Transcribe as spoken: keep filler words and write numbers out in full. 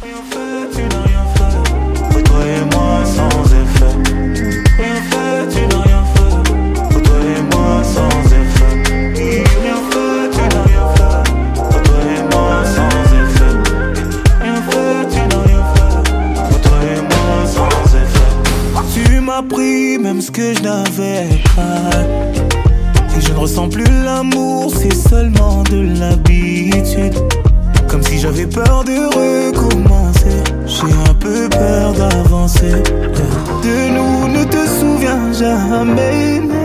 Rien fait, tu n'as rien fait. Pour toi et moi sans effet. Rien fait, tu n'as rien fait. Pour toi et moi sans effet. Rien fait, tu n'as rien fait. Pour toi et moi sans effet. Rien fait, tu n'as rien fait. Pour toi et moi sans effet. Tu m'as pris même ce que je n'avais pas. Et je ne ressens plus l'amour, c'est seulement de l'habitude. Comme si j'avais peur de recommencer. J'ai un peu peur d'avancer. De nous, ne te souviens jamais.